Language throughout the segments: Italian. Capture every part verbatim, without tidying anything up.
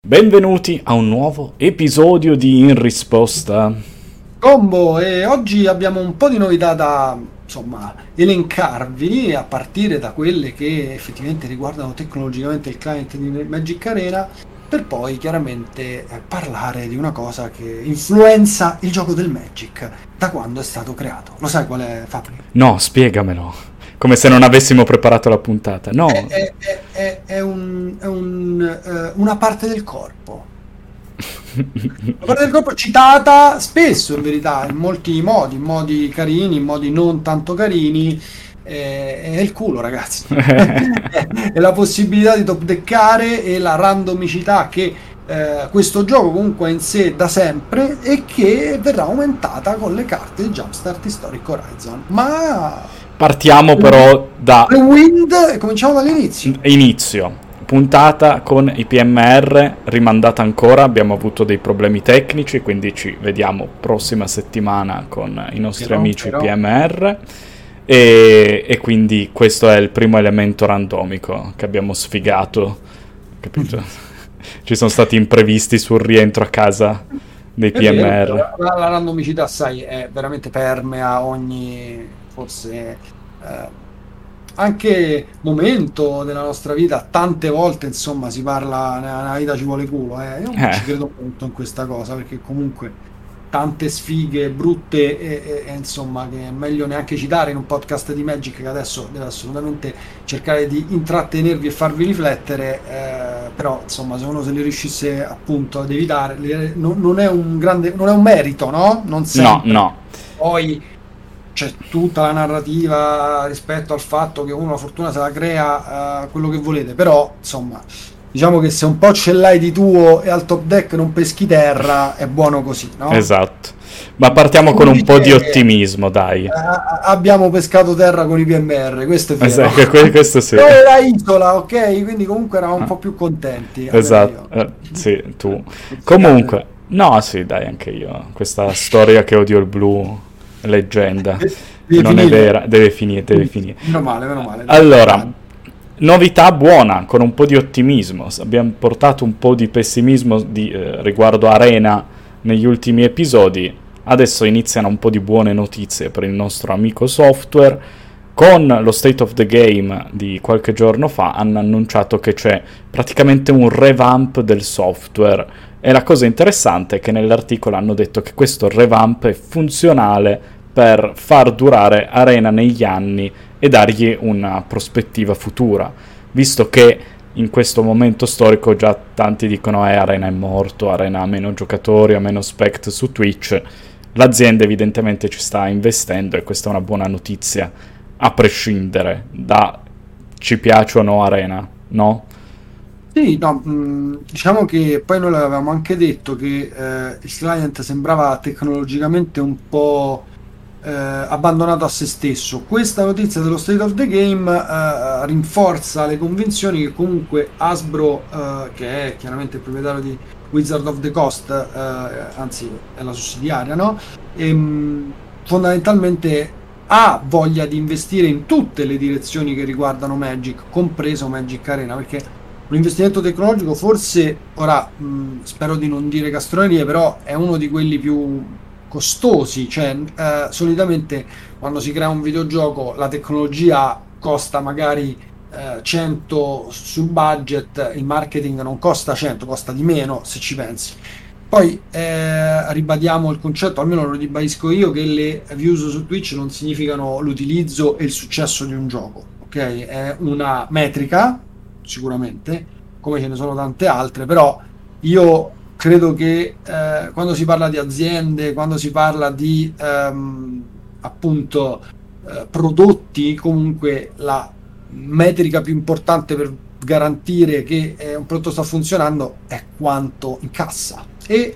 Benvenuti a un nuovo episodio di In Risposta. Combo, e oggi abbiamo un po' di novità da, insomma, elencarvi, a partire da quelle che effettivamente riguardano tecnologicamente il client di Magic Arena, per poi chiaramente eh, parlare di una cosa che influenza il gioco del Magic da quando è stato creato. Lo sai qual è, Fabri? No, spiegamelo. Come se non avessimo preparato la puntata. No. È, è- è- è- è un- è un, eh, una parte del corpo. La parte del corpo citata spesso in verità, in molti modi, in modi carini, in modi non tanto carini, eh, è il culo, ragazzi. È la possibilità di top deckare e la randomicità che eh, questo gioco comunque ha in sé da sempre e che verrà aumentata con le carte di Jumpstart Historic Horizon. Ma Partiamo però da le Wind, cominciamo dall'inizio. inizio. Puntata con i P M R, rimandata ancora, abbiamo avuto dei problemi tecnici, quindi ci vediamo prossima settimana con i nostri Però, amici però. P M R. E, e quindi questo è il primo elemento randomico che abbiamo sfigato, capito? Ci sono stati imprevisti sul rientro a casa dei È vero, P M R. la, la randomicità, sai, è veramente permea ogni, forse, eh, anche momento della nostra vita. Tante volte, insomma, si parla, nella nella vita ci vuole culo, eh. Io Eh. ci credo molto in questa cosa, perché comunque tante sfighe brutte e, e- e, insomma, che è meglio neanche citare in un podcast di Magic, che adesso deve assolutamente cercare di intrattenervi e farvi riflettere, eh, però insomma, se uno se li riuscisse appunto ad evitare, le- non, non è un grande, non è un merito, no? Non No, sempre. no. Poi c'è tutta la narrativa rispetto al fatto che uno la fortuna se la crea, eh, quello che volete, però insomma, diciamo che se un po' ce l'hai di tuo e al top deck non peschi terra, è buono così, no? Esatto. Ma partiamo con Come un po' di dice, ottimismo, dai. eh, abbiamo pescato terra con i P M R, questo è vero. Esatto, que- questo sì. Però era isola, ok? Quindi comunque eravamo un po' più contenti. almeno Esatto, io. eh, sì, tu. Non si Comunque, no, sì, dai, anche io. Questa storia che odio il blu, leggenda, cade. Devi non è finire. vera, deve finire, deve finire. Meno male, meno male. dai. Allora, novità buona, con un po' di ottimismo. Abbiamo portato un po' di pessimismo di, eh, riguardo Arena negli ultimi episodi. Adesso iniziano un po' di buone notizie per il nostro amico software. Con lo State of the Game di qualche giorno fa hanno annunciato che c'è praticamente un revamp del software. E la cosa interessante è che nell'articolo hanno detto che questo revamp è funzionale per far durare Arena negli anni e dargli una prospettiva futura, visto che in questo momento storico già tanti dicono eh, Arena è morto, Arena ha meno giocatori, ha meno spect su Twitch. L'azienda evidentemente ci sta investendo e questa è una buona notizia, a prescindere da ci piace o no Arena, no? Sì, no, mh, diciamo che poi noi l'avevamo anche detto che eh, il client sembrava tecnologicamente un po' eh, abbandonato a se stesso. Questa notizia dello State of the Game eh, rinforza le convinzioni che comunque Hasbro, eh, che è chiaramente il proprietario di Wizard of the Coast, eh, anzi è la sussidiaria, no? Ehm, fondamentalmente ha voglia di investire in tutte le direzioni che riguardano Magic, compreso Magic Arena, perché un investimento tecnologico forse, ora mh, spero di non dire castronerie, però è uno di quelli più costosi, cioè eh, solitamente quando si crea un videogioco la tecnologia costa magari eh, cento sul budget, il marketing non costa cento, costa di meno se ci pensi. Poi eh, ribadiamo il concetto, almeno lo ribadisco io, che le views su Twitch non significano l'utilizzo e il successo di un gioco, ok? È una metrica, sicuramente, come ce ne sono tante altre, però io credo che eh, quando si parla di aziende, quando si parla di ehm, appunto eh, prodotti, comunque la metrica più importante per garantire che eh, un prodotto sta funzionando è quanto incassa. E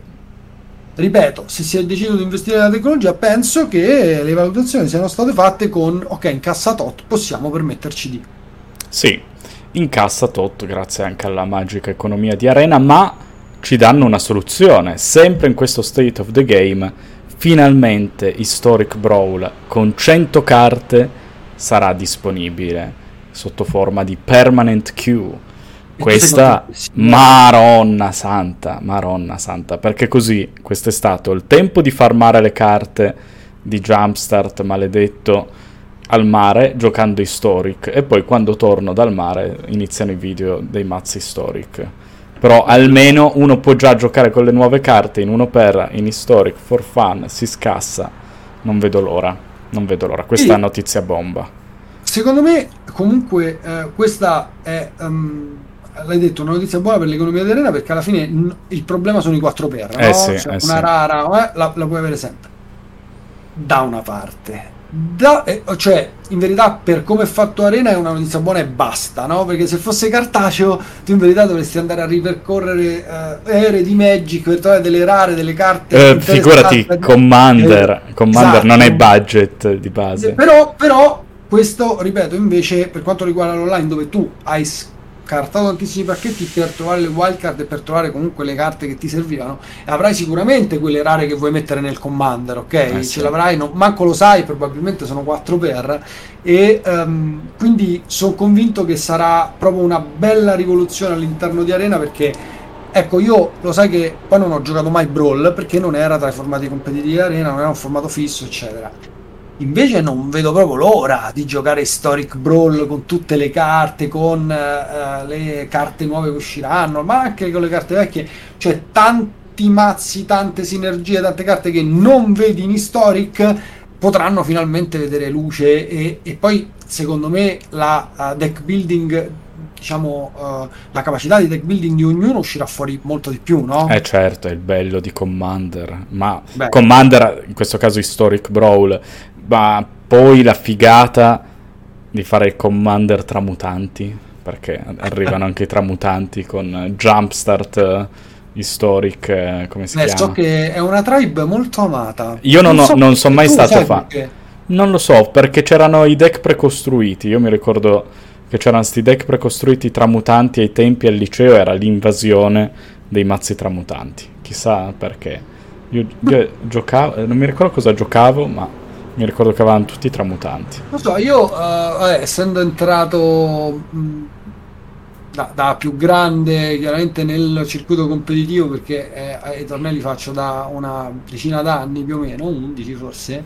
ripeto, se si è deciso di investire nella tecnologia, penso che le valutazioni siano state fatte con ok, incassa tot, possiamo permetterci di. Sì, incassa tot grazie anche alla magica economia di Arena, ma ci danno una soluzione. Sempre in questo State of the Game, finalmente Historic Brawl con cento carte sarà disponibile sotto forma di permanent queue. E tu sei Questa, contentissimo. maronna santa, maronna santa, perché così quest'estate ho il tempo di farmare le carte di Jumpstart maledetto al mare giocando Historic e poi quando torno dal mare iniziano i video dei mazzi Historic. Però almeno uno può già giocare con le nuove carte in uno per in Historic for fun, si scassa. Non vedo l'ora, non vedo l'ora. Questa è Sì, notizia bomba. secondo me, comunque, eh, questa è, ehm, l'hai detto, una notizia buona per l'economia dell'arena perché alla fine n- il problema sono i quattro per, Eh sì, no? Cioè eh una sì. rara, eh, la, la puoi avere sempre. Da una parte. Da, eh, cioè, in verità, per come è fatto Arena è una notizia buona e basta, no? Perché se fosse cartaceo, tu in verità dovresti andare a ripercorrere eh, ere di Magic per trovare delle rare, delle carte Eh, figurati, interessanti. Eh, Commander, Commander non è esatto. budget di Eh, base. Però, però, questo, ripeto, invece, per quanto riguarda l'online, dove tu hai scartato tantissimi pacchetti per trovare le wildcard e per trovare comunque le carte che ti servivano, avrai sicuramente quelle rare che vuoi mettere nel Commander, ok? Eh Ce sì. l'avrai, non- manco lo sai, probabilmente sono quattro per, e ehm, quindi sono convinto che sarà proprio una bella rivoluzione all'interno di Arena perché, ecco, io lo sai che poi non ho giocato mai Brawl perché non era tra i formati competitivi di Arena, non era un formato fisso, eccetera. Invece non vedo proprio l'ora di giocare Historic Brawl con tutte le carte, con eh, le carte nuove che usciranno, ma anche con le carte vecchie. Cioè tanti mazzi, tante sinergie, tante carte che non vedi in Historic potranno finalmente vedere luce e, e poi secondo me la uh, deck building, diciamo uh, la capacità di deck building di ognuno uscirà fuori molto di più, Eh no? certo, è il bello di Commander, ma Beh, Commander, in questo caso Historic Brawl, ma poi la figata di fare il Commander tramutanti, perché arrivano anche i tramutanti con Jumpstart, eh, Historic, eh, come si beh, so chiama? che è una tribe molto amata. Io non, Non ho- so non sono perché, mai tu lo stato sai fan. perché. Non lo so, perché c'erano i deck precostruiti. Io mi ricordo che c'erano sti deck precostruiti tramutanti ai tempi al liceo, era l'invasione dei mazzi tramutanti. Chissà perché. Io, io giocavo, eh, non mi ricordo cosa giocavo, ma mi ricordo che avevano tutti i tramutanti. Non so, io, eh, vabbè, essendo entrato mh, da, da più grande chiaramente nel circuito competitivo, perché eh, i tornei li faccio da una decina d'anni più o meno, undici forse,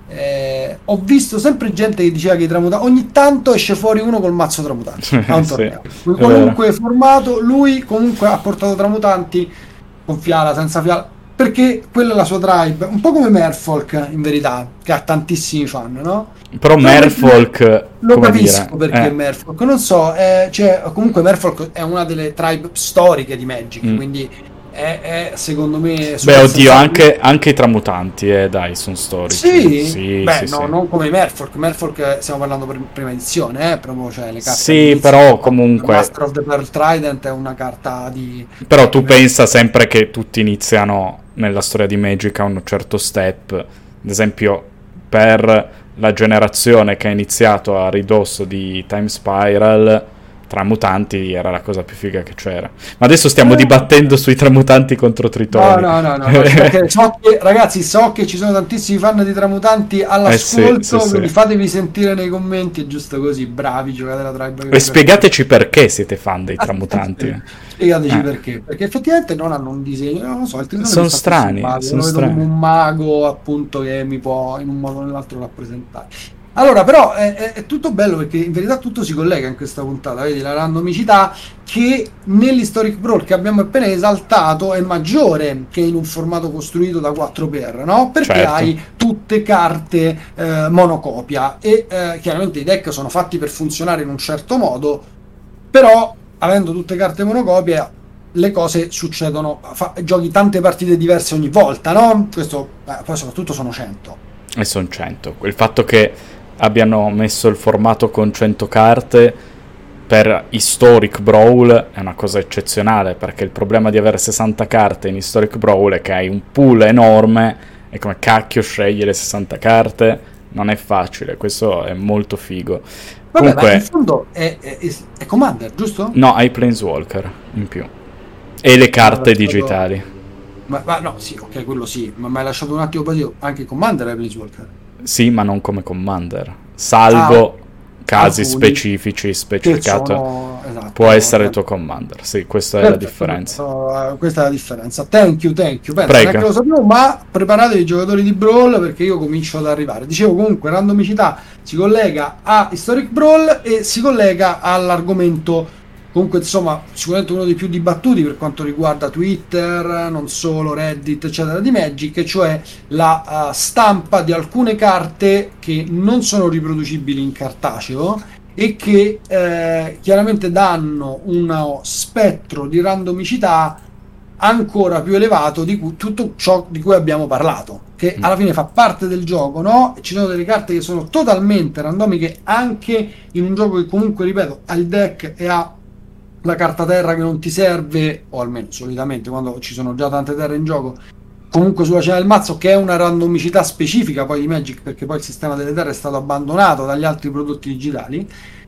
eh, ho visto sempre gente che diceva che i tramutanti, ogni tanto esce fuori uno col mazzo tramutanti a un Sì, è torneo. vero. Qualunque formato, lui comunque ha portato tramutanti con fiala, senza fiala. Perché quella è la sua tribe, un po' come Merfolk in verità, che ha tantissimi fan, no? Però Però per dire, Merfolk, lo come dire, capisco perché eh, Merfolk, non so, eh, cioè, comunque Merfolk è una delle tribe storiche di Magic, mm. quindi è, è, secondo me Beh, super oddio, sensato. anche, anche i tramutanti, eh, dai, sono storici. Sì, Sì, beh, sì, no, sì. non come Merfolk. Merfolk eh, stiamo parlando per prima edizione, eh, proprio, cioè le carte Sì, all'inizio. però No, comunque. Master of the Pearl Trident è una carta di, Però di tu pensa sempre che tutti iniziano nella storia di Magic a un certo step. Ad esempio, per la generazione che ha iniziato a ridosso di Time Spiral, tramutanti era la cosa più figa che c'era. Ma adesso stiamo dibattendo sui tramutanti contro No, Tritoni. no, no, no, no, perché so che, ragazzi, so che ci sono tantissimi fan di Tramutanti Eh sì, all'ascolto, sì, quindi sì. fatevi sentire nei commenti, è giusto così, bravi, giocate la tribe che E vi piace. spiegateci perché siete fan dei tramutanti. Spiegateci Eh. perché, perché effettivamente non hanno un disegno, non lo so, il Tritone Sono mi sta più strani, simpatico, sono lo vedo come strani. un mago, appunto, che mi può in un modo o nell'altro rappresentare. Allora, però è, è- è tutto bello perché in verità tutto si collega in questa puntata, vedi, la randomicità che nell'Historic Brawl che abbiamo appena esaltato è maggiore che in un formato costruito da quattro per, no? Perché Certo. hai tutte carte eh, monocopia e eh, chiaramente i deck sono fatti per funzionare in un certo modo, però avendo tutte carte monocopia le cose succedono, fa- giochi tante partite diverse ogni volta, no? Questo, eh, poi soprattutto sono cento. E sono cento. Il fatto che abbiano messo il formato con cento carte per Historic Brawl è una cosa eccezionale, perché il problema di avere sessanta carte in Historic Brawl è che hai un pool enorme e come cacchio scegli le sessanta carte, non è facile, questo è molto figo. Vabbè, ma in Comunque, fondo è, è- è- è Commander, giusto? no, hai Planeswalker in più. E le Mi carte hai lasciato- digitali. Ma, ma no, sì, ok, quello sì, ma mi hai lasciato un attimo basito. Anche Commander è Planeswalker. Sì, ma non come Commander. Ah, Salvo casi specifici, specificato, sono, esatto, può essere il tuo commander. Sì, questa è perfetto, la differenza. Uh, questa è la differenza. Thank you, thank you. Pensa, Prego. neanche lo sapevo, ma preparatevi i giocatori di Brawl perché io comincio ad arrivare. Dicevo comunque, randomicità si collega a Historic Brawl e si collega all'argomento. Comunque, insomma, sicuramente uno dei più dibattuti per quanto riguarda Twitter, non solo Reddit, eccetera, di Magic, cioè la uh, stampa di alcune carte che non sono riproducibili in cartaceo e che eh, chiaramente danno uno spettro di randomicità ancora più elevato di cui, tutto ciò di cui abbiamo parlato, che alla fine fa parte del gioco, no? Ci sono delle carte che sono totalmente randomiche anche in un gioco che comunque, ripeto, ha il deck e ha la carta terra che non ti serve, o almeno solitamente quando ci sono già tante terre in gioco, comunque sulla cena del mazzo, che è una randomicità specifica poi di Magic, perché poi il sistema delle terre è stato abbandonato dagli altri prodotti digitali.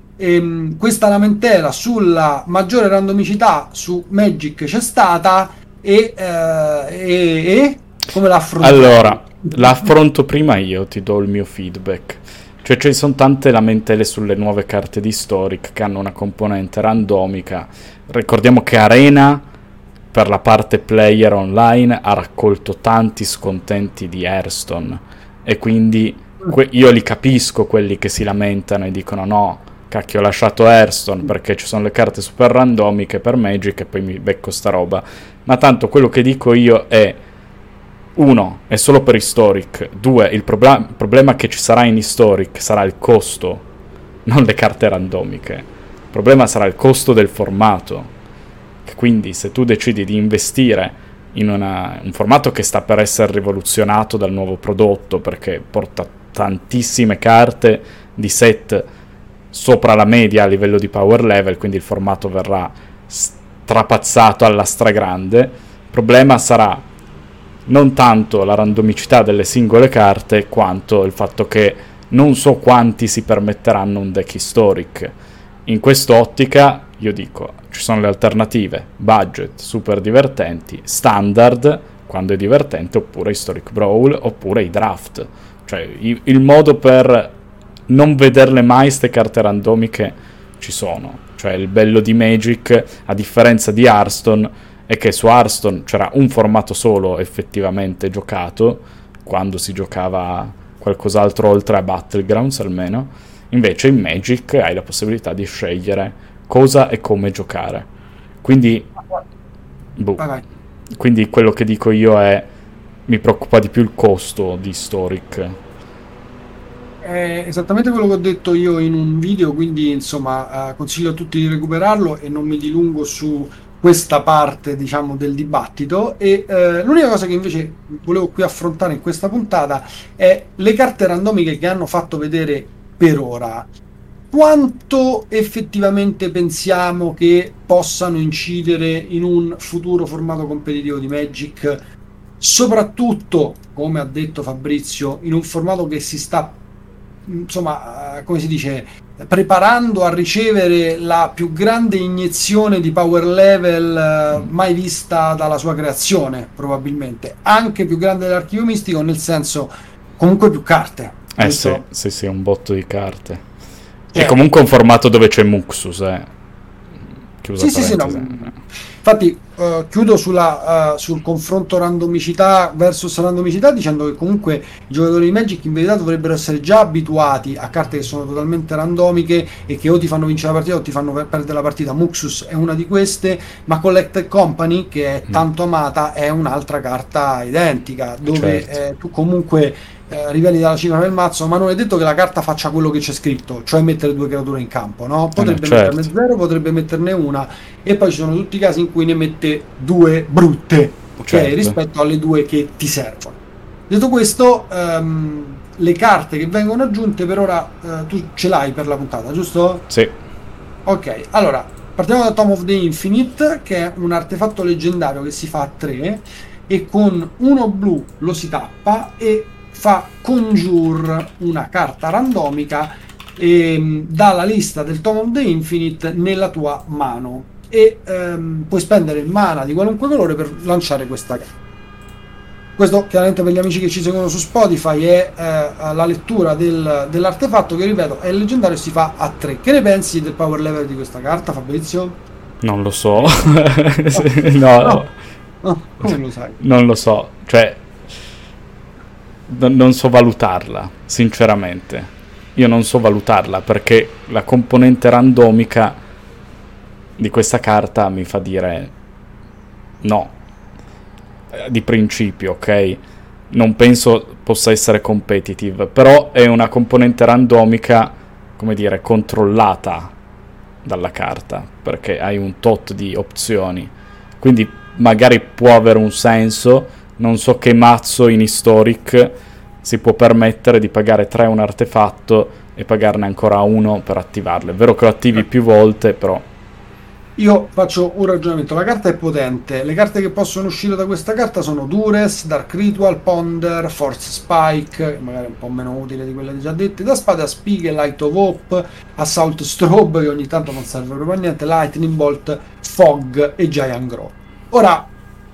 E questa lamentela sulla maggiore randomicità su Magic c'è stata e, eh, e, e come l'affronto? Allora, l'affronto prima io, ti do il mio feedback. Cioè ci sono tante lamentele sulle nuove carte di Historic che hanno una componente randomica. Ricordiamo che Arena, per la parte player online, ha raccolto tanti scontenti di Hearthstone e quindi que- io li capisco quelli che si lamentano e dicono no, cacchio ho lasciato Hearthstone perché ci sono le carte super randomiche per Magic e poi mi becco sta roba. Ma tanto quello che dico io è: uno, è solo per Historic. Due, il prob- problema che ci sarà in Historic sarà il costo, non le carte randomiche. Il problema sarà il costo del formato. Quindi se tu decidi di investire in una, un formato che sta per essere rivoluzionato dal nuovo prodotto, perché porta tantissime carte di set sopra la media a livello di power level, quindi il formato verrà strapazzato alla stragrande, il problema sarà non tanto la randomicità delle singole carte quanto il fatto che non so quanti si permetteranno un deck Historic. In quest'ottica io dico, ci sono le alternative: budget, super divertenti, standard quando è divertente, oppure Historic Brawl, oppure i draft. Cioè i- il modo per non vederle mai ste carte randomiche ci sono. Cioè il bello di Magic, a differenza di Hearthstone, è che su Hearthstone c'era un formato solo effettivamente giocato, quando si giocava qualcos'altro oltre a Battlegrounds almeno. Invece in Magic hai la possibilità di scegliere cosa e come giocare. Quindi, boh. Vai, vai. Quindi quello che dico io è: mi preoccupa di più il costo di Historic. È esattamente quello che ho detto io in un video, quindi insomma eh, consiglio a tutti di recuperarlo e non mi dilungo su questa parte, diciamo, del dibattito. E eh, l'unica cosa che invece volevo qui affrontare in questa puntata è le carte randomiche che hanno fatto vedere per ora. Quanto effettivamente pensiamo che possano incidere in un futuro formato competitivo di Magic, soprattutto, come ha detto Fabrizio, in un formato che si sta, insomma, come si dice, preparando a ricevere la più grande iniezione di power level uh, mai vista dalla sua creazione, probabilmente anche più grande dell'Archivio Mistico, nel senso comunque più carte. Eh sì, sì, sì, un botto di carte. È eh. comunque un formato dove c'è Muxus, eh. Sì, sì, sì, no. Infatti uh, chiudo sulla, uh, sul confronto randomicità versus randomicità dicendo che comunque i giocatori di Magic in verità dovrebbero essere già abituati a carte che sono totalmente randomiche e che o ti fanno vincere la partita o ti fanno perdere la partita. Muxus è una di queste, ma Collected Company, che è tanto amata, è un'altra carta identica dove certo. eh, tu comunque Eh, riveli dalla cifra del mazzo, ma non è detto che la carta faccia quello che c'è scritto, cioè mettere due creature in campo, no? Potrebbe eh, certo. metterne zero, potrebbe metterne una, e poi ci sono tutti i casi in cui ne mette due brutte, ok, certo. rispetto alle due che ti servono. Detto questo, um, le carte che vengono aggiunte per ora uh, tu ce l'hai per la puntata, giusto? Sì. Ok, allora partiamo da Tome of the Infinite, che è un artefatto leggendario che si fa a tre e con uno blu lo si tappa e fa Conjure, una carta randomica ehm, dalla lista del Tome of the Infinite nella tua mano, e ehm, puoi spendere il mana di qualunque colore per lanciare questa carta. Questo chiaramente per gli amici che ci seguono su Spotify è eh, la lettura del, dell'artefatto, che ripeto è leggendario e si fa a tre. Che ne pensi del power level di questa carta, Fabrizio? Non lo so. No, no, no, no, come lo sai? non lo so, cioè n- non so valutarla, sinceramente. Io non so valutarla perché la componente randomica di questa carta mi fa dire no, eh, di principio, ok? Non penso possa essere competitive, però è una componente randomica, come dire, controllata dalla carta, perché hai un tot di opzioni, quindi magari può avere un senso. Non so che mazzo in Historic si può permettere di pagare tre un artefatto e pagarne ancora uno per attivarlo. È vero che lo attivi più volte, però Io faccio un ragionamento, la carta è potente, le carte che possono uscire da questa carta sono Dures, Dark Ritual, Ponder, Force Spike, magari un po' meno utile di quelle già dette, da Spade a Spighe, Light of Hope, Assault Strobe, che ogni tanto non serve proprio a niente, Lightning Bolt, Fog e Giant Grow. Ora,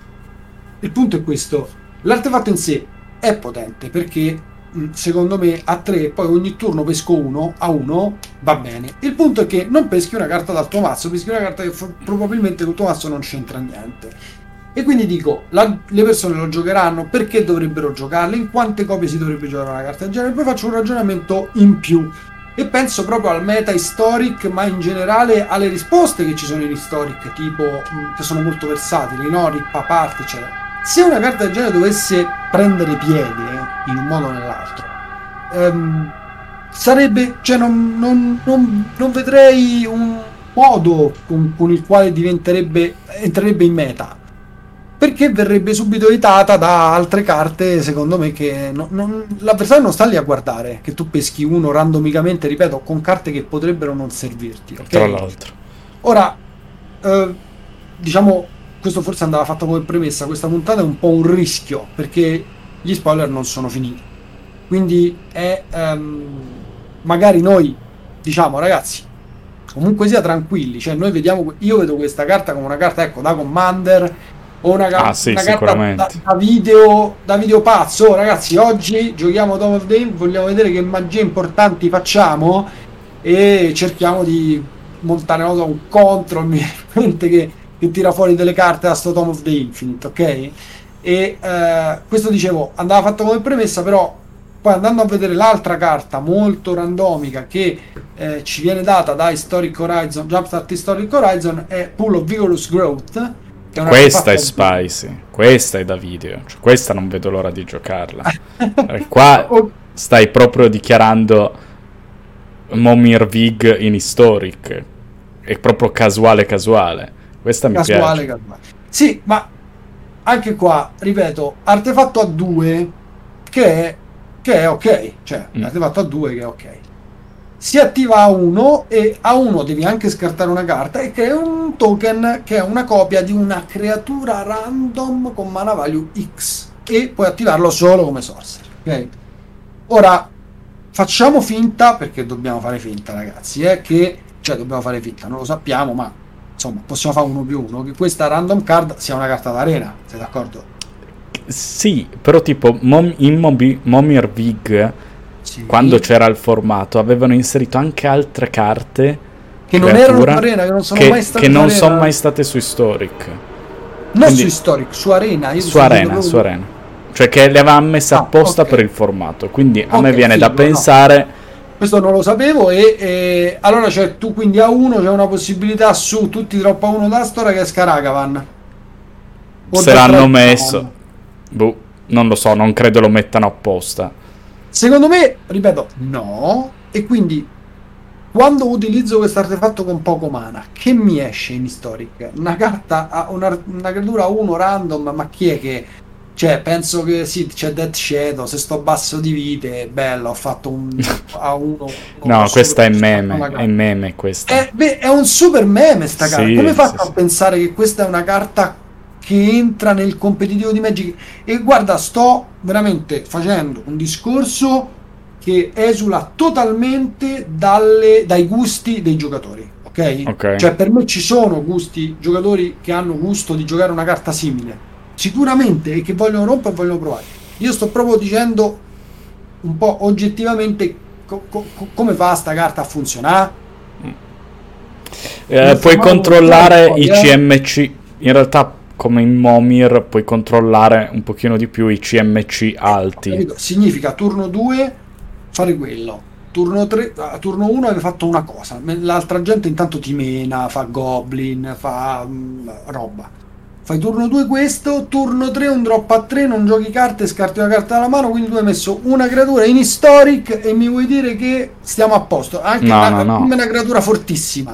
il punto è questo, l'artefatto in sé è potente perché secondo me a tre, poi ogni turno pesco uno a uno, va bene. Il punto è che non peschi una carta dal tuo mazzo, peschi una carta che f- probabilmente col tuo mazzo non c'entra niente. E quindi dico, la, le persone lo giocheranno, perché dovrebbero giocarle, in quante copie si dovrebbe giocare una carta del genere. Poi faccio un ragionamento in più e penso proprio al meta Historic, ma in generale alle risposte che ci sono in Historic, tipo mh, che sono molto versatili, no? Rippa parte, eccetera. Se una carta del genere dovesse prendere piede eh, in un modo o nell'altro, ehm, sarebbe, cioè non, non, non, non vedrei un modo con, con il quale diventerebbe, entrerebbe in meta, perché verrebbe subito evitata da altre carte, secondo me, che non, non, l'avversario non sta lì a guardare che tu peschi uno randomicamente, ripeto, con carte che potrebbero non servirti, okay? tra l'altro. Ora, eh, diciamo, questo forse andava fatto come premessa, questa puntata è un po' un rischio, perché gli spoiler non sono finiti. Quindi è ehm, magari noi diciamo, ragazzi, comunque sia tranquilli, cioè noi vediamo, io vedo questa carta come una carta, ecco, da Commander o una, ca- Ah sì, una carta da, sicuramente. da video da video pazzo. Oh, ragazzi, oggi giochiamo Tome of the Game, vogliamo vedere che magie importanti facciamo e cerchiamo di montare, non so, un control che che tira fuori delle carte da sto Tome of the Infinite, ok? E eh, questo dicevo, andava fatto come premessa, però poi andando a vedere l'altra carta molto randomica che eh, ci viene data da Historic Horizon, Jumpstart Historic Horizon, è Pool of Vigorous Growth, che è una Questa è spicy, questa è da video, cioè, questa non vedo l'ora di giocarla. Perché qua stai proprio dichiarando Momir Vig in Historic, è proprio casuale casuale. Questa mi casuale, piace. casuale. Sì, ma anche qua, ripeto, artefatto a due che è, che è ok, cioè Mm. artefatto a due che è ok. Si attiva a uno e a uno devi anche scartare una carta e crea un token che è una copia di una creatura random con mana value X e puoi attivarlo solo come sorcerer, ok? Ora facciamo finta, perché dobbiamo fare finta, ragazzi, è che, cioè dobbiamo fare finta, non lo sappiamo, ma insomma possiamo fare uno più uno, che questa random card sia una carta d'arena, sei d'accordo? Sì, però tipo Mom- in Mobi- Momir Vig, Sì. quando c'era il formato, avevano inserito anche altre carte che non erano creatura, su arena, che non sono che, mai state che su non arena. sono mai state su Historic. Non quindi- su Historic, su arena. Io ti Su sto dicendo arena, proprio- su arena. Cioè che le avevano messe Ah, apposta ok. per il formato. Quindi a me Ok, viene da figo, no. pensare... Questo non lo sapevo e, e allora cioè, tu quindi a uno c'è una possibilità su tutti troppo a uno dalla storia che è Scaragavan. O Se Death l'hanno Rattle. messo... Boh, non lo so, non credo lo mettano apposta. Secondo me, ripeto, no. E quindi quando utilizzo questo artefatto con poco mana, che mi esce in Historic? Una carta, a- una, una creatura a uno random, ma chi è che... Cioè, penso che sì, c'è Death Shadow, se sto basso di vite, bello, ho fatto un a uno. No, questa è meme, Una è meme questa. È, beh, è un super meme sta Sì, carta. Come sì, faccio sì. a pensare che questa è una carta che entra nel competitivo di Magic? E guarda, sto veramente facendo un discorso che esula totalmente dalle- dai gusti dei giocatori, ok? Ok. Cioè, per me ci sono gusti, giocatori che hanno gusto di giocare una carta simile. sicuramente, e che vogliono rompere e vogliono provare. Io sto proprio dicendo un po' oggettivamente co- co- come fa sta carta a funzionare. Eh, puoi controllare i C M C, in realtà come in Momir puoi controllare un pochino di più i C M C alti. Significa turno due fare quello, turno tre, a turno uno hai fatto una cosa, l'altra gente intanto ti mena, fa goblin, fa mh, roba. Fai turno due questo, turno tre un drop a tre, non giochi carte, scarti una carta dalla mano, quindi tu hai messo una creatura in historic e mi vuoi dire che stiamo a posto. Anche no, una, no, no. una creatura fortissima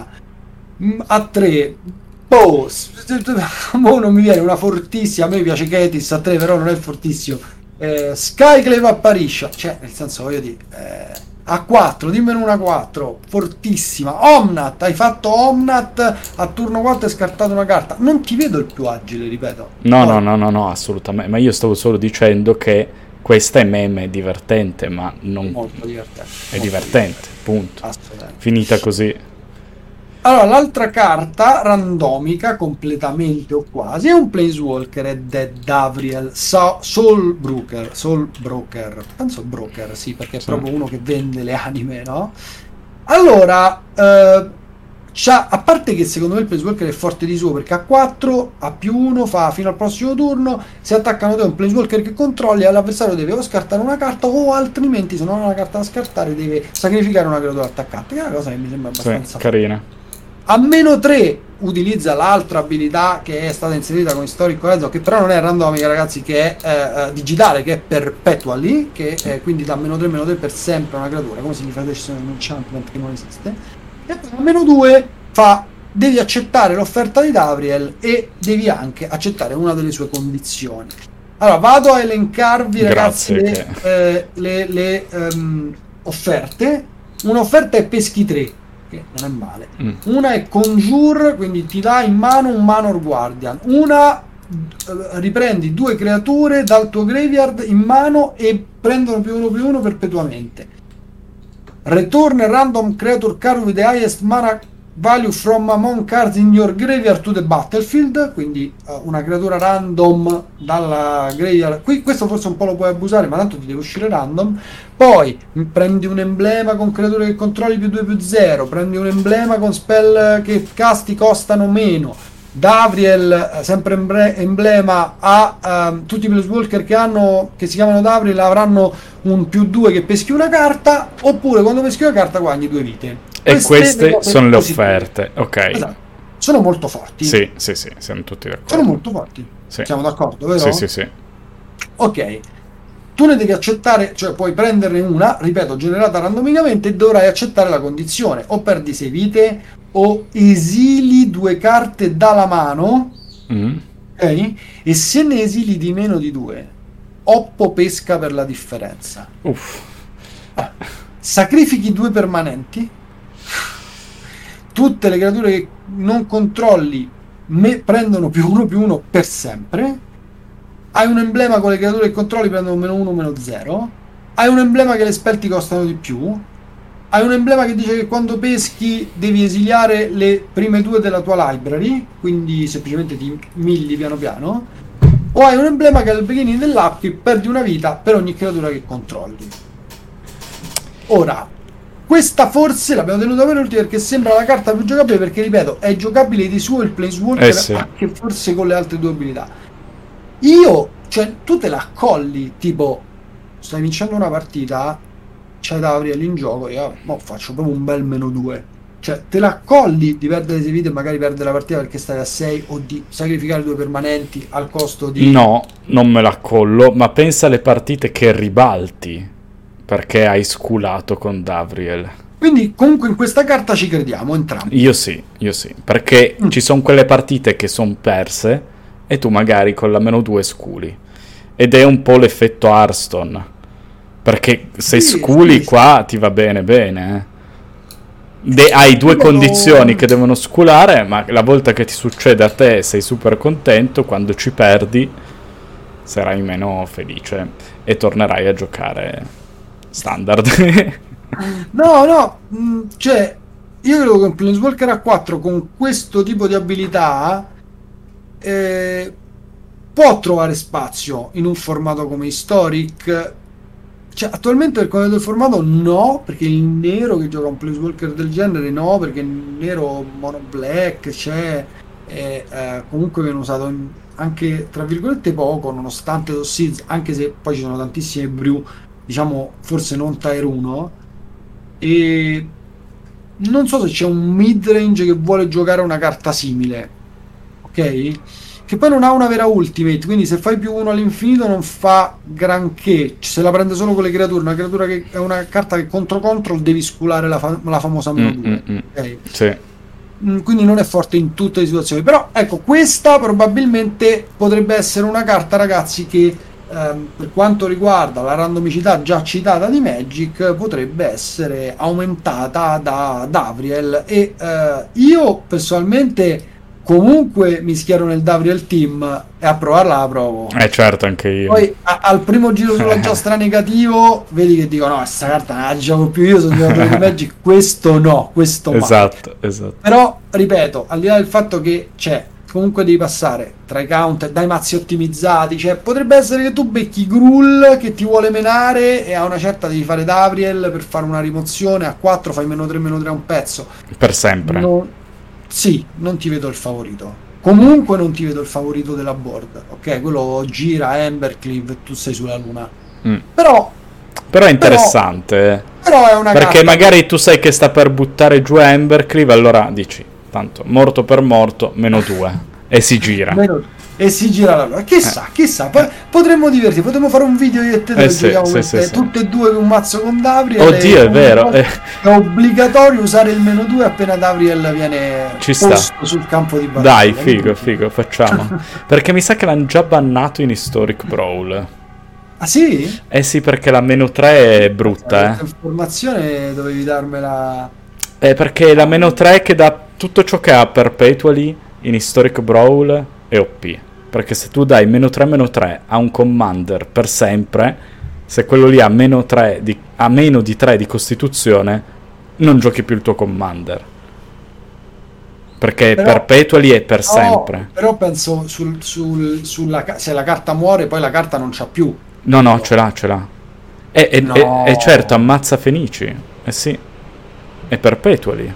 a tre. Boh, boh, non mi viene una fortissima. A me piace Ketis a tre, però non è fortissimo. Eh, Skyclave apparisce, cioè, nel senso, voglio dire, eh, a quattro, dimmene una quattro, fortissima. Omnat, hai fatto Omnat a turno quattro e scartato una carta. Non ti vedo il più agile, ripeto. No, no, no, no, no, assolutamente. Ma io stavo solo dicendo che questa è meme, è divertente, ma non. Molto divertente. È molto divertente, divertente. punto. Assolutamente. Finita così. Allora, l'altra carta randomica, completamente o quasi, è un Planeswalker, è Dead Davriel so- Soul Broker, Soul Broker, penso Broker, sì, perché è sì. proprio uno che vende le anime, no? Allora, eh, c'ha, a parte che secondo me il Planeswalker è forte di suo, perché a quattro, a più uno, fa fino al prossimo turno, se attaccano te un Planeswalker che controlli, l'avversario deve o scartare una carta o altrimenti, se non ha una carta da scartare, deve sacrificare una creatura attaccante, che è una cosa che mi sembra abbastanza sì, carina. A meno tre utilizza l'altra abilità che è stata inserita con Historic Horizon, che però non è randomica, ragazzi, che è eh, digitale, che è Perpetually, che è quindi da meno tre meno tre per sempre una creatura, come se gli facesse un enchantment che non esiste. E poi a meno due fa, devi accettare l'offerta di Davriel e devi anche accettare una delle sue condizioni. Allora, vado a elencarvi, ragazzi, Grazie, le, eh, le, le um, offerte. Un'offerta è Peschi tre, che non è male. Mm. Una è Conjure, quindi ti dà in mano un Manor Guardian. Una, eh, riprendi due creature dal tuo graveyard in mano e prendono più uno più uno perpetuamente. Return a random creature card with the highest mana value from among cards in your graveyard to the battlefield, quindi uh, una creatura random dalla graveyard. Qui questo forse un po' lo puoi abusare, ma tanto ti deve uscire random. Poi prendi un emblema con creature che controlli più due più zero, prendi un emblema con spell che casti costano meno. Davriel, sempre embre- emblema, ha um, tutti i Planeswalker che hanno, che si chiamano Davriel, avranno un più due che peschi una carta, oppure quando peschi una carta guadagni due vite. E queste, queste sono le offerte, ok. Esatto. Sono molto forti. Sì, sì, sì, siamo tutti d'accordo. Sono molto forti. Sì. Siamo d'accordo, vero? Sì, sì, sì. Ok. Tu ne devi accettare, cioè puoi prenderne una, ripeto, generata randomicamente, e dovrai accettare la condizione. O perdi sei vite, o esili due carte dalla mano, mm. ok? E se ne esili di meno di due, Oppo pesca per la differenza. Uff. Ah. Sacrifichi due permanenti. Tutte le creature che non controlli me prendono più uno più uno per sempre. Hai un emblema con le creature che controlli prendono meno uno meno zero. Hai un emblema che le spell ti costano di più. Hai un emblema che dice che quando peschi devi esiliare le prime due della tua library, quindi semplicemente ti migli piano piano. O hai un emblema che al beginning dell'upkeep perdi una vita per ogni creatura che controlli. Ora, questa forse l'abbiamo tenuta per ultima perché sembra la carta più giocabile, perché ripeto, è giocabile di suo il Planeswalker, eh sì. anche forse con le altre due abilità. Io, cioè, tu te la accolli, tipo, stai vincendo una partita, c'hai Davriel in gioco, io mo faccio proprio un bel meno due. Cioè, te la accolli di perdere sei vite e magari perdere la partita perché stai a sei, o di sacrificare due permanenti al costo di... No, non me la accollo, ma pensa alle partite che ribalti perché hai sculato con Davriel. Quindi comunque in questa carta ci crediamo entrambi. Io sì, io sì, perché mm. ci sono quelle partite che sono perse e tu magari con la meno due sculi. Ed è un po' l'effetto Hearthstone, perché se sì, sculi sì, qua sì. ti va bene bene, eh. De- hai due Io condizioni no... che devono sculare, ma la volta che ti succede a te sei super contento, quando ci perdi sarai meno felice e tornerai a giocare standard. no no mh, cioè io credo che un Planeswalker a quattro con questo tipo di abilità eh, può trovare spazio in un formato come Historic. Cioè, attualmente per quanto del formato no, perché il nero che gioca un Planeswalker del genere no, perché il nero mono black c'è, e eh, comunque viene usato in, anche tra virgolette poco, nonostante Lost Seeds, anche se poi ci sono tantissime brew, diciamo forse non tier uno, e non so se c'è un mid-range che vuole giocare una carta simile, ok? Che poi non ha una vera ultimate, quindi se fai più uno all'infinito non fa granché, se la prende solo con le creature, una creatura che è una carta che contro control devi sculare la, fa- la famosa meno due, Mm, mm, mm. ok? Sì. Mm, quindi non è forte in tutte le situazioni, però ecco, questa probabilmente potrebbe essere una carta, ragazzi, che ehm, per quanto riguarda la randomicità già citata di Magic potrebbe essere aumentata da Davriel, e eh, io personalmente comunque mi schiero nel Davriel team e a provarla la provo. Eh certo, anche io. Poi a- al primo giro sulla giostra negativo vedi che dico no, questa carta non la gioco più io, sono giocatore di Magic, questo no, questo mai. Esatto, esatto. Però ripeto, al di là del fatto che c'è, comunque devi passare tra i counter, dai mazzi ottimizzati, cioè potrebbe essere che tu becchi Gruul che ti vuole menare e a una certa devi fare Davriel per fare una rimozione, a quattro fai meno tre meno tre a un pezzo. Per sempre. Non- sì, non ti vedo il favorito. Comunque non ti vedo il favorito della board, ok? Quello gira Embercleave e tu sei sulla luna. Mm. Però, Però è interessante, eh. però è una Perché carta- magari tu sai che sta per buttare giù Embercleave, allora dici, tanto, morto per morto, meno due. E si gira. Meno- e si gira la luna. Chissà, chissà, poi potremmo divertirci, potremmo fare un video io e te dove Eh sì, giochiamo sì, per sì, te, sì. tutte e due con un mazzo con Davriel. Oddio, e è vero, comunque eh. È obbligatorio usare il meno due appena Davriel viene Ci sta. posto sul campo di battaglia. Dai, figo, figo, facciamo. Perché mi sa che l'hanno già bannato in Historic Brawl. Ah sì? Eh sì, perché la meno tre è brutta, Questa eh. informazione dovevi darmela. Eh, perché la meno tre che dà tutto ciò che ha Perpetually in Historic Brawl è O P. Perché se tu dai meno tre meno tre a un commander per sempre, se quello lì ha meno tre di, ha meno di tre di costituzione, non giochi più il tuo commander. Perché Però- Perpetually è per No, sempre. però penso sul, sul- sulla ca- se la carta muore, poi la carta non c'ha più. No, no, ce l'ha, ce l'ha. E, e- No. e- e certo, ammazza Fenici. Eh sì. È Perpetually.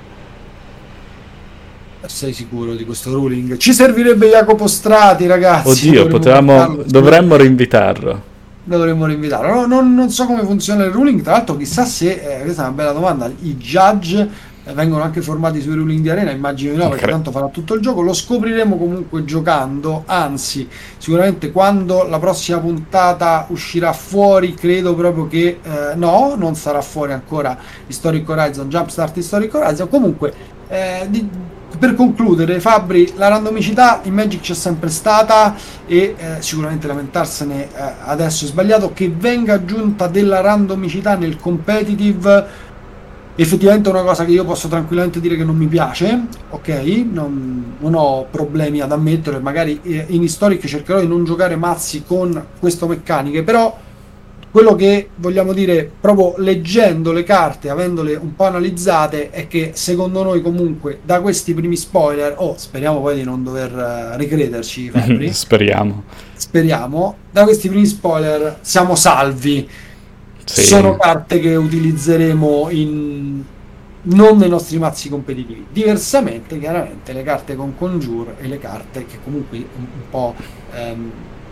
Sei sicuro di questo ruling? Ci servirebbe Jacopo Strati, ragazzi. Oddio, Dovremmo potevamo, invitarlo. dovremmo rinvitarlo. Dovremmo rinvitarlo. No, non, non so come funziona il ruling. Tra l'altro, chissà se eh, questa è una bella domanda. I judge eh, vengono anche formati sui ruling di arena? Immagino di no, perché Cre- tanto farà tutto il gioco. Lo scopriremo comunque giocando. Anzi, sicuramente quando la prossima puntata uscirà fuori, credo proprio che eh, no, non sarà fuori ancora Historic Horizon, Jumpstart Historic Horizon. Comunque, eh, di- per concludere, Fabri, la randomicità in Magic c'è sempre stata e eh, sicuramente lamentarsene eh, adesso è sbagliato. Che venga aggiunta della randomicità nel competitive effettivamente è una cosa che io posso tranquillamente dire che non mi piace, ok? Non, non ho problemi ad ammetterlo, e magari eh, in Historic cercherò di non giocare mazzi con queste meccaniche, però quello che vogliamo dire, proprio leggendo le carte, avendole un po' analizzate, è che secondo noi comunque da questi primi spoiler, oh, speriamo poi di non dover eh, ricrederci, Fabri, Speriamo. speriamo, da questi primi spoiler siamo salvi. Sì. Sono carte che utilizzeremo in non nei nostri mazzi competitivi, diversamente chiaramente le carte con Conjure e le carte che comunque un, un po' ehm,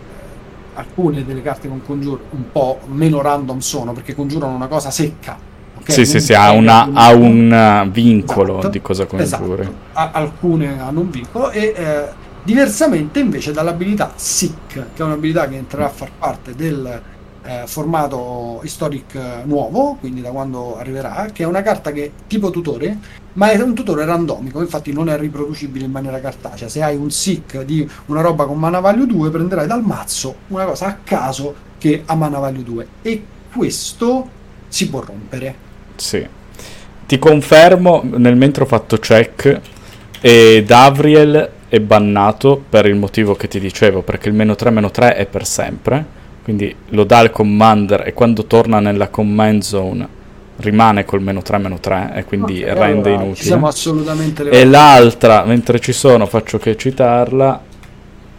alcune delle carte con Conjure un po' meno random sono, perché congiurano una cosa secca, okay? Sì, sì, Non sì, ha, è una, un- ha un vincolo Esatto, di cosa congiuri. esatto. A- alcune hanno un vincolo e eh, diversamente invece dall'abilità Sick, che è un'abilità che entrerà a far parte del eh, formato Historic eh, nuovo, quindi da quando arriverà, che è una carta che tipo tutore, ma è un tutore randomico, infatti non è riproducibile in maniera cartacea. Se hai un Sick di una roba con mana value due, prenderai dal mazzo una cosa a caso che ha mana value due, e questo si può rompere. Sì. Ti confermo, nel mentre ho fatto check, e Davriel è bannato per il motivo che ti dicevo, perché il meno tre meno tre è per sempre, quindi lo dà il commander e quando torna nella command zone rimane col meno tre meno tre e quindi Ok, rende allora, inutile. ci siamo assolutamente E levati. l'altra, mentre ci sono, faccio che citarla,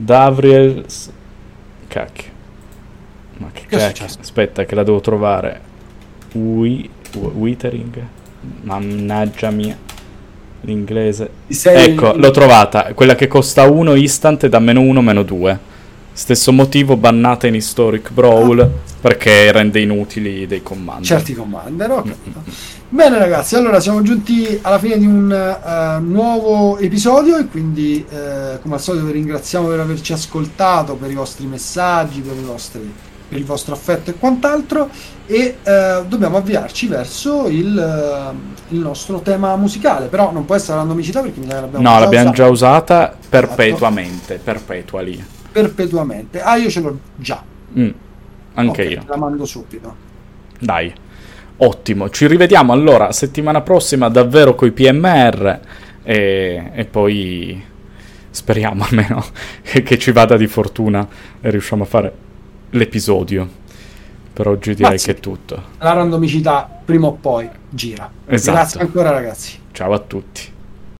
Davriel... Cacchio. Ma che, che cacchio. Aspetta che la devo trovare. Ui... Withering? Mannaggia mia. L'inglese. Sei... Ecco, l'ho trovata. Quella che costa uno instant e da meno uno meno due. Stesso motivo, bannata in Historic Brawl, ah. perché rende inutili dei comandi. Certi commander, ok. Mm-hmm. Bene ragazzi, allora siamo giunti alla fine di un uh, nuovo episodio e quindi uh, come al solito vi ringraziamo per averci ascoltato, per i vostri messaggi, per, i vostri, per il vostro affetto e quant'altro, e uh, dobbiamo avviarci verso il, uh, il nostro tema musicale, però non può essere randomicità perché mi sa che l'abbiamo no, già l'abbiamo usata. già usata perpetuamente, perpetua lì. Perpetuamente. Ah, io ce l'ho già. Mm, anche okay, io. La mando subito. Dai, ottimo. Ci rivediamo allora settimana prossima davvero coi P M R e, e poi speriamo almeno che, che ci vada di fortuna e riusciamo a fare l'episodio. Per oggi direi Grazie. che è tutto. La randomicità prima o poi gira. Esatto. Grazie ancora ragazzi. Ciao a tutti.